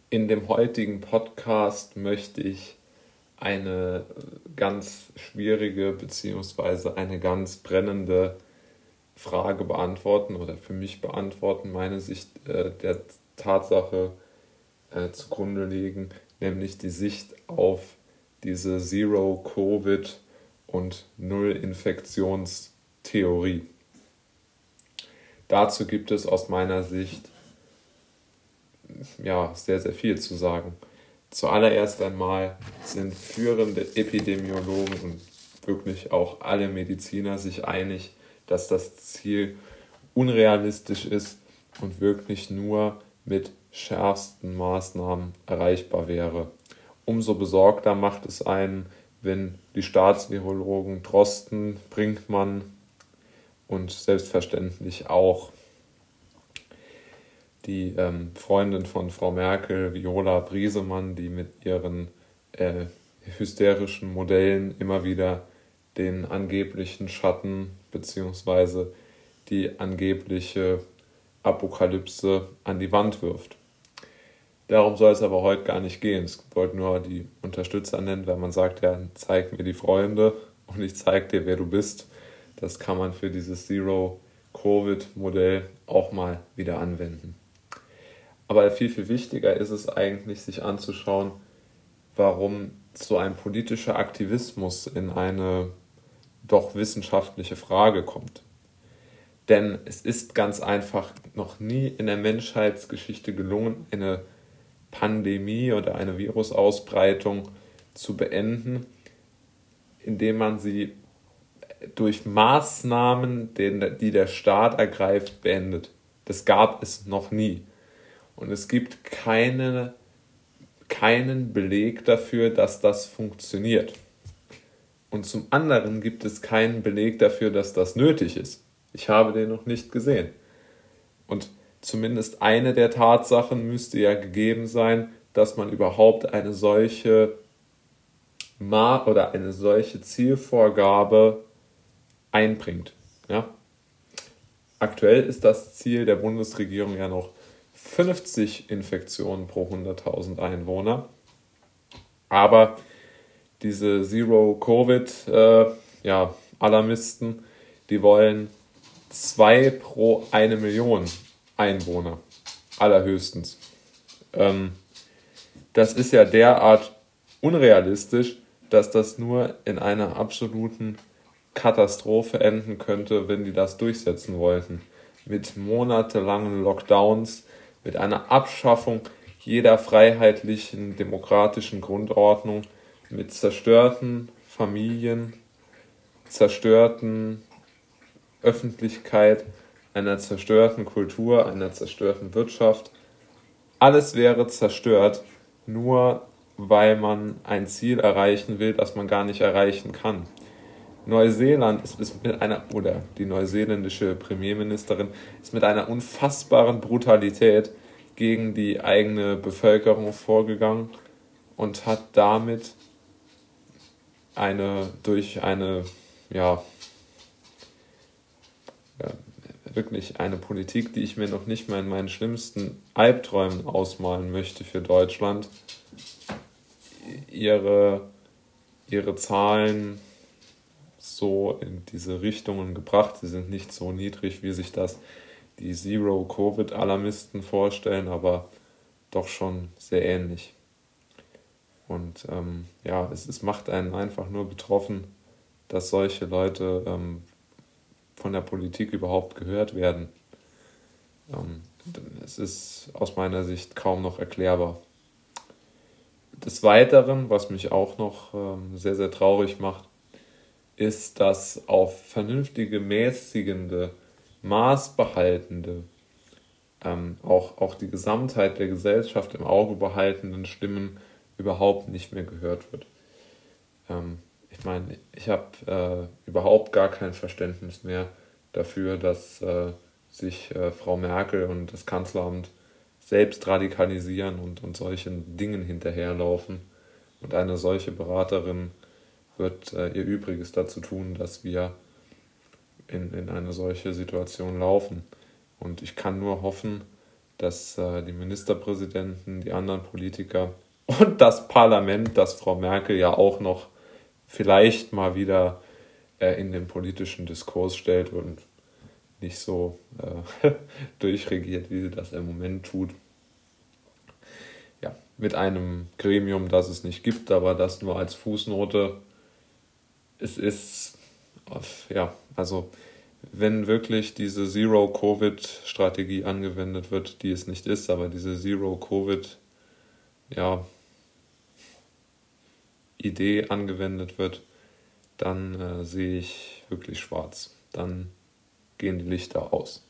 In dem heutigen Podcast möchte ich eine ganz schwierige bzw. eine ganz brennende Frage beantworten oder für mich beantworten, meine Sicht der Tatsache zugrunde legen, nämlich die Sicht auf diese Zero-Covid- und Null-Infektionstheorie. Dazu gibt es aus meiner Sicht sehr, sehr viel zu sagen. Zuallererst einmal sind führende Epidemiologen und wirklich auch alle Mediziner sich einig, dass das Ziel unrealistisch ist und wirklich nur mit schärfsten Maßnahmen erreichbar wäre. Umso besorgter macht es einen, wenn die Staatsvirologen Drosten, Brinkmann und selbstverständlich auch die Freundin von Frau Merkel, Viola Briesemann, die mit ihren hysterischen Modellen immer wieder den angeblichen Schatten bzw. die angebliche Apokalypse an die Wand wirft. Darum soll es aber heute gar nicht gehen. Ich wollte nur die Unterstützer nennen, weil man sagt, ja, zeig mir die Freunde und ich zeig dir, wer du bist. Das kann man für dieses Zero-Covid-Modell auch mal wieder anwenden. Aber viel, viel wichtiger ist es eigentlich, sich anzuschauen, warum so ein politischer Aktivismus in eine doch wissenschaftliche Frage kommt. Denn es ist ganz einfach noch nie in der Menschheitsgeschichte gelungen, eine Pandemie oder eine Virusausbreitung zu beenden, indem man sie durch Maßnahmen, die der Staat ergreift, beendet. Das gab es noch nie. Und es gibt keinen Beleg dafür, dass das funktioniert. Und zum anderen gibt es keinen Beleg dafür, dass das nötig ist. Ich habe den noch nicht gesehen. Und zumindest eine der Tatsachen müsste ja gegeben sein, dass man überhaupt eine solche Zielvorgabe einbringt. Ja? Aktuell ist das Ziel der Bundesregierung ja noch 50 Infektionen pro 100.000 Einwohner. Aber diese Zero-Covid-Alarmisten, die wollen 2 pro 1 Million Einwohner. Allerhöchstens. Das ist ja derart unrealistisch, dass das nur in einer absoluten Katastrophe enden könnte, wenn die das durchsetzen wollten. Mit monatelangen Lockdowns, mit einer Abschaffung jeder freiheitlichen, demokratischen Grundordnung, mit zerstörten Familien, zerstörten Öffentlichkeit, einer zerstörten Kultur, einer zerstörten Wirtschaft. Alles wäre zerstört, nur weil man ein Ziel erreichen will, das man gar nicht erreichen kann. Neuseeland die neuseeländische Premierministerin ist mit einer unfassbaren Brutalität gegen die eigene Bevölkerung vorgegangen und hat damit wirklich eine Politik, die ich mir noch nicht mal in meinen schlimmsten Albträumen ausmalen möchte für Deutschland, ihre Zahlen so in diese Richtungen gebracht. Sie sind nicht so niedrig, wie sich das die Zero-Covid-Alarmisten vorstellen, aber doch schon sehr ähnlich. Und es macht einen einfach nur betroffen, dass solche Leute von der Politik überhaupt gehört werden. Es ist aus meiner Sicht kaum noch erklärbar. Des Weiteren, was mich auch noch sehr, sehr traurig macht, ist, dass auf vernünftige, mäßigende, maßbehaltende, auch die Gesamtheit der Gesellschaft im Auge behaltenden Stimmen überhaupt nicht mehr gehört wird. Ich habe überhaupt gar kein Verständnis mehr dafür, dass sich Frau Merkel und das Kanzleramt selbst radikalisieren und solchen Dingen hinterherlaufen. Und eine solche Beraterin wird ihr Übriges dazu tun, dass wir in eine solche Situation laufen. Und ich kann nur hoffen, dass die Ministerpräsidenten, die anderen Politiker und das Parlament, das Frau Merkel ja auch noch vielleicht mal wieder in den politischen Diskurs stellt und nicht so durchregiert, wie sie das im Moment tut. Ja, mit einem Gremium, das es nicht gibt, aber das nur als Fußnote. Es ist, ja, also wenn wirklich diese Zero-Covid-Strategie angewendet wird, die es nicht ist, aber diese Zero-Covid, ja, Idee angewendet wird, dann sehe ich wirklich schwarz. Dann gehen die Lichter aus.